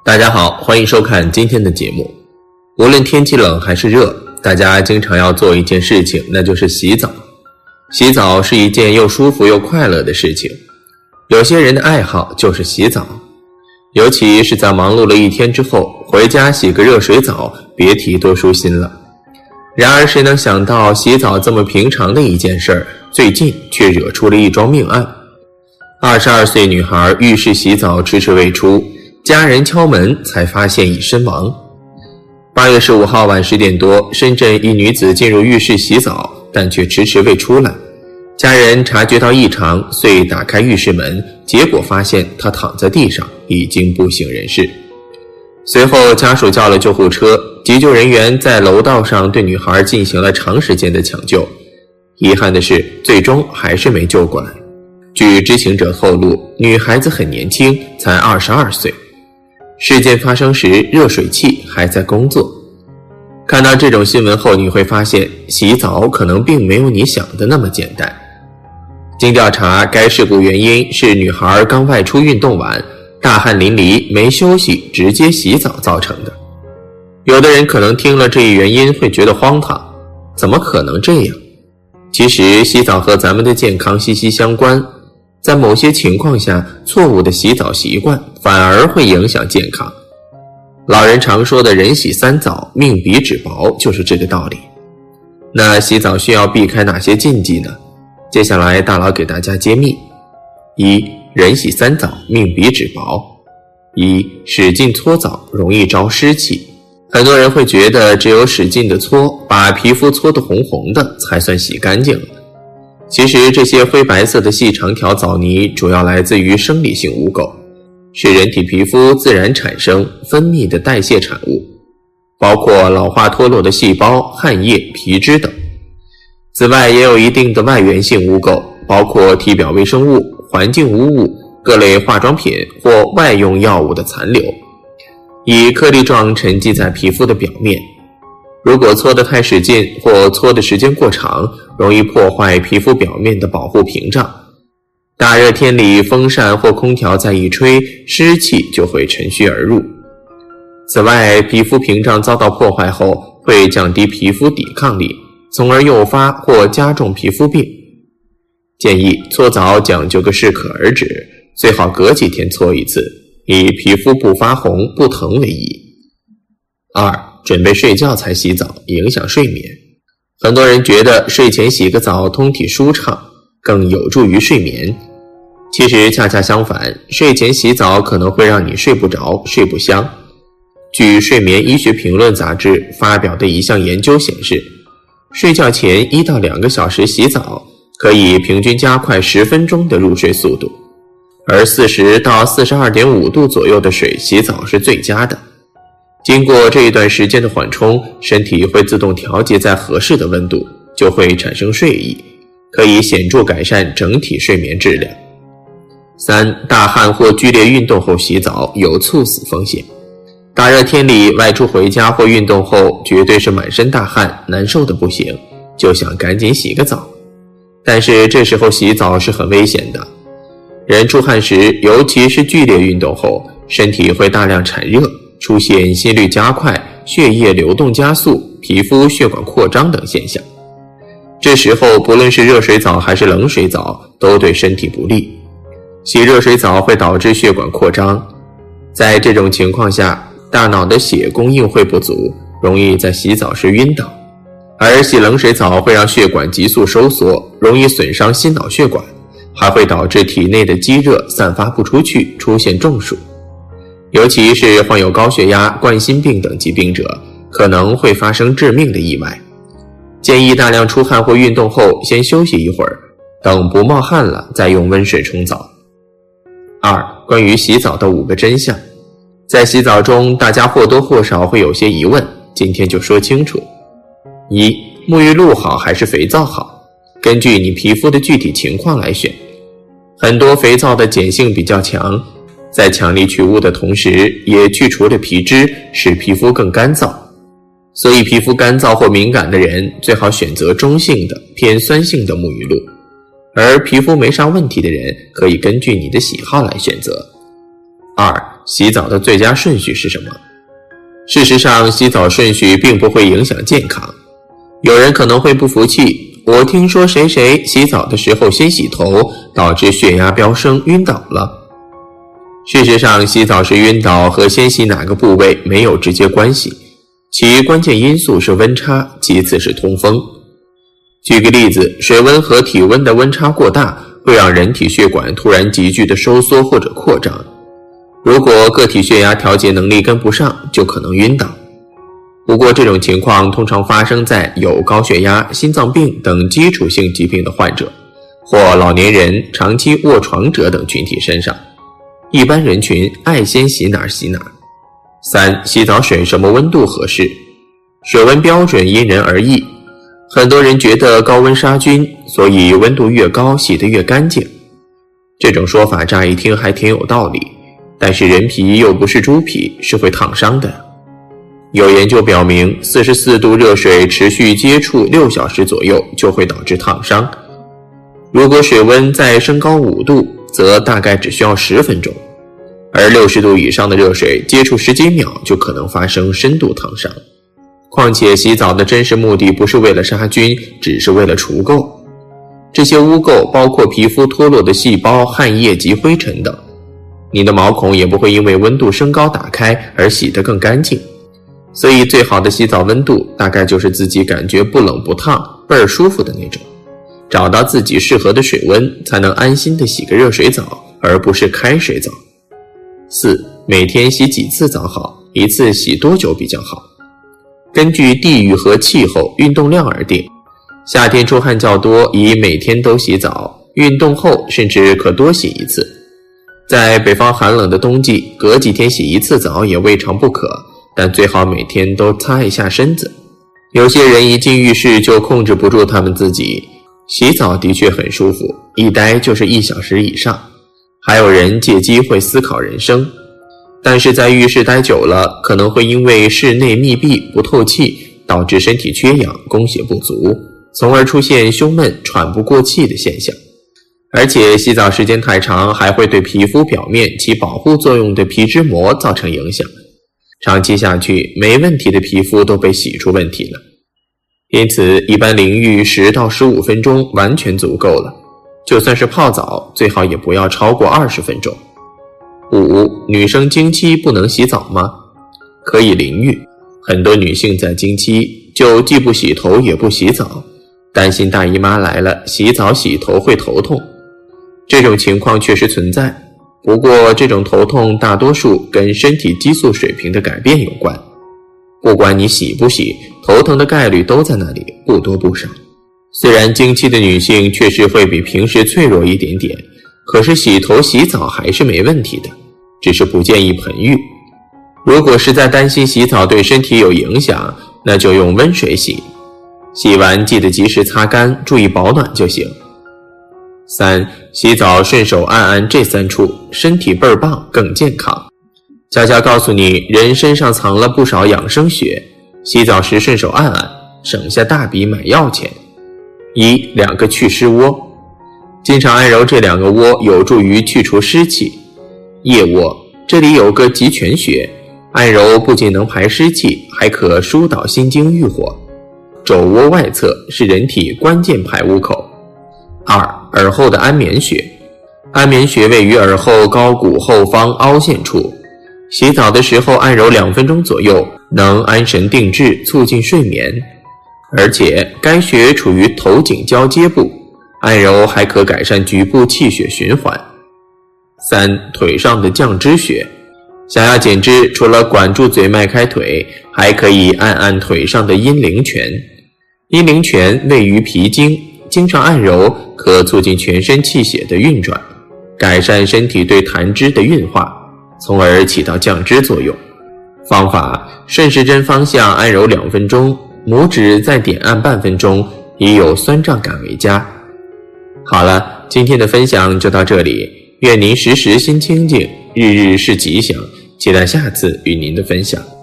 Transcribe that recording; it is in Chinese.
大家好，欢迎收看今天的节目。无论天气冷还是热，大家经常要做一件事情，那就是洗澡。洗澡是一件又舒服又快乐的事情。有些人的爱好就是洗澡，尤其是在忙碌了一天之后，回家洗个热水澡，别提多舒心了。然而谁能想到洗澡这么平常的一件事儿，最近却惹出了一桩命案。22岁女孩浴室洗澡迟迟未出，家人敲门才发现已身亡。8月15号晚10点多，深圳一女子进入浴室洗澡，但却迟迟未出来。家人察觉到异常，遂打开浴室门，结果发现她躺在地上，已经不省人事。随后家属叫了救护车，急救人员在楼道上对女孩进行了长时间的抢救。遗憾的是，最终还是没救过来。据知情者透露，女孩子很年轻，才22岁。事件发生时，热水器还在工作。看到这种新闻后，你会发现洗澡可能并没有你想的那么简单。经调查，该事故原因是女孩刚外出运动完，大汗淋漓，没休息，直接洗澡造成的。有的人可能听了这一原因会觉得荒唐，怎么可能这样？其实洗澡和咱们的健康息息相关，在某些情况下，错误的洗澡习惯反而会影响健康。老人常说的人洗3澡，命比纸薄，就是这个道理。那洗澡需要避开哪些禁忌呢？接下来大佬给大家揭秘。1. 人洗3澡，命比纸薄。1. 使劲搓澡容易招湿气。很多人会觉得只有使劲的搓，把皮肤搓得红红的才算洗干净了。其实这些灰白色的细长条藻泥主要来自于生理性污垢，是人体皮肤自然产生分泌的代谢产物，包括老化脱落的细胞、汗液、皮脂等。此外也有一定的外源性污垢，包括体表微生物、环境污物、各类化妆品或外用药物的残留，以颗粒状沉积在皮肤的表面。如果搓得太使劲或搓的时间过长，容易破坏皮肤表面的保护屏障。大热天里，风扇或空调再一吹，湿气就会趁虚而入。此外，皮肤屏障遭到破坏后，会降低皮肤抵抗力，从而诱发或加重皮肤病。建议搓澡讲究个适可而止，最好隔几天搓一次，以皮肤不发红不疼为宜。2. 准备睡觉才洗澡，影响睡眠。很多人觉得睡前洗个澡通体舒畅，更有助于睡眠。其实恰恰相反，睡前洗澡可能会让你睡不着、睡不香。据《睡眠医学评论》杂志发表的一项研究显示，睡觉前1到2个小时洗澡，可以平均加快10分钟的入睡速度，而40到42.5度左右的水洗澡是最佳的。经过这一段时间的缓冲，身体会自动调节在合适的温度，就会产生睡意，可以显著改善整体睡眠质量。3. 大汗或剧烈运动后洗澡有猝死风险。大热天里外出回家或运动后，绝对是满身大汗，难受的不行，就想赶紧洗个澡。但是这时候洗澡是很危险的。人出汗时，尤其是剧烈运动后，身体会大量产热，出现心率加快、血液流动加速、皮肤血管扩张等现象。这时候不论是热水澡还是冷水澡，都对身体不利。洗热水澡会导致血管扩张，在这种情况下，大脑的血供应会不足，容易在洗澡时晕倒。而洗冷水澡会让血管急速收缩，容易损伤心脑血管，还会导致体内的积热散发不出去，出现中暑。尤其是患有高血压、冠心病等疾病者，可能会发生致命的意外。建议大量出汗或运动后先休息一会儿，等不冒汗了再用温水冲澡。2. 关于洗澡的5个真相。在洗澡中，大家或多或少会有些疑问，今天就说清楚。1. 沐浴露好还是肥皂好？根据你皮肤的具体情况来选。很多肥皂的碱性比较强，在强力去污的同时，也去除了皮脂，使皮肤更干燥。所以皮肤干燥或敏感的人，最好选择中性的、偏酸性的沐浴露。而皮肤没啥问题的人，可以根据你的喜好来选择。2. 洗澡的最佳顺序是什么？事实上，洗澡顺序并不会影响健康。有人可能会不服气，我听说谁谁洗澡的时候先洗头，导致血压飙升晕倒了。事实上，洗澡时晕倒和先洗哪个部位没有直接关系，其关键因素是温差，其次是通风。举个例子，水温和体温的温差过大，会让人体血管突然急剧的收缩或者扩张。如果个体血压调节能力跟不上，就可能晕倒。不过这种情况通常发生在有高血压、心脏病等基础性疾病的患者，或老年人、长期卧床者等群体身上。一般人群爱先洗哪儿洗哪儿。3. 洗澡水什么温度合适？水温标准因人而异。很多人觉得高温杀菌，所以温度越高洗得越干净。这种说法乍一听还挺有道理，但是人皮又不是猪皮，是会烫伤的。有研究表明，44度热水持续接触6小时左右就会导致烫伤。如果水温再升高5度，则大概只需要10分钟，而60度以上的热水接触10几秒就可能发生深度烫伤。况且洗澡的真实目的不是为了杀菌，只是为了除垢。这些污垢包括皮肤脱落的细胞、汗液及灰尘等。你的毛孔也不会因为温度升高打开而洗得更干净。所以最好的洗澡温度大概就是自己感觉不冷不烫，倍儿舒服的那种。找到自己适合的水温，才能安心的洗个热水澡，而不是开水澡。4. 每天洗几次澡好？一次洗多久比较好？根据地域和气候、运动量而定。夏天出汗较多，宜每天都洗澡，运动后甚至可多洗一次。在北方寒冷的冬季，隔几天洗一次澡也未尝不可，但最好每天都擦一下身子。有些人一进浴室就控制不住他们自己，洗澡的确很舒服，一待就是1小时以上。还有人借机会思考人生，但是在浴室待久了，可能会因为室内密闭不透气，导致身体缺氧、供血不足，从而出现胸闷、喘不过气的现象。而且洗澡时间太长，还会对皮肤表面起保护作用的皮脂膜造成影响。长期下去，没问题的皮肤都被洗出问题了。因此，一般淋浴10到15分钟完全足够了。就算是泡澡，最好也不要超过20分钟。5. 女生经期不能洗澡吗？可以淋浴。很多女性在经期就既不洗头也不洗澡，担心大姨妈来了，洗澡洗头会头痛。这种情况确实存在，不过这种头痛大多数跟身体激素水平的改变有关。不管你洗不洗，头疼的概率都在那里，不多不少。虽然经期的女性确实会比平时脆弱一点点，可是洗头洗澡还是没问题的，只是不建议盆浴。如果实在担心洗澡对身体有影响，那就用温水洗，洗完记得及时擦干，注意保暖就行。3. 洗澡顺手按按这3处，身体倍儿棒，更健康。悄悄告诉你，人身上藏了不少养生穴，洗澡时顺手按按，省下大笔买药钱。1. 2个祛湿窝，经常按揉这2个窝有助于去除湿气。腋窝，这里有个极泉穴，按揉不仅能排湿气，还可疏导心经郁火。肘窝外侧是人体关键排污口。2. 耳后的安眠穴，安眠穴位于耳后高骨后方凹陷处，洗澡的时候按揉2分钟左右，能安神定志，促进睡眠。而且该穴处于头颈交接部，按揉还可改善局部气血循环。3. 腿上的降脂穴，想要减脂，除了管住嘴迈开腿，还可以按按腿上的阴陵泉。阴陵泉位于脾经，经常按揉可促进全身气血的运转，改善身体对痰汁的运化，从而起到降脂作用。方法：顺时针方向按揉2分钟，拇指再点按半分钟，以有酸胀感为佳。好了，今天的分享就到这里，愿您时时心清静，日日是吉祥，期待下次与您的分享。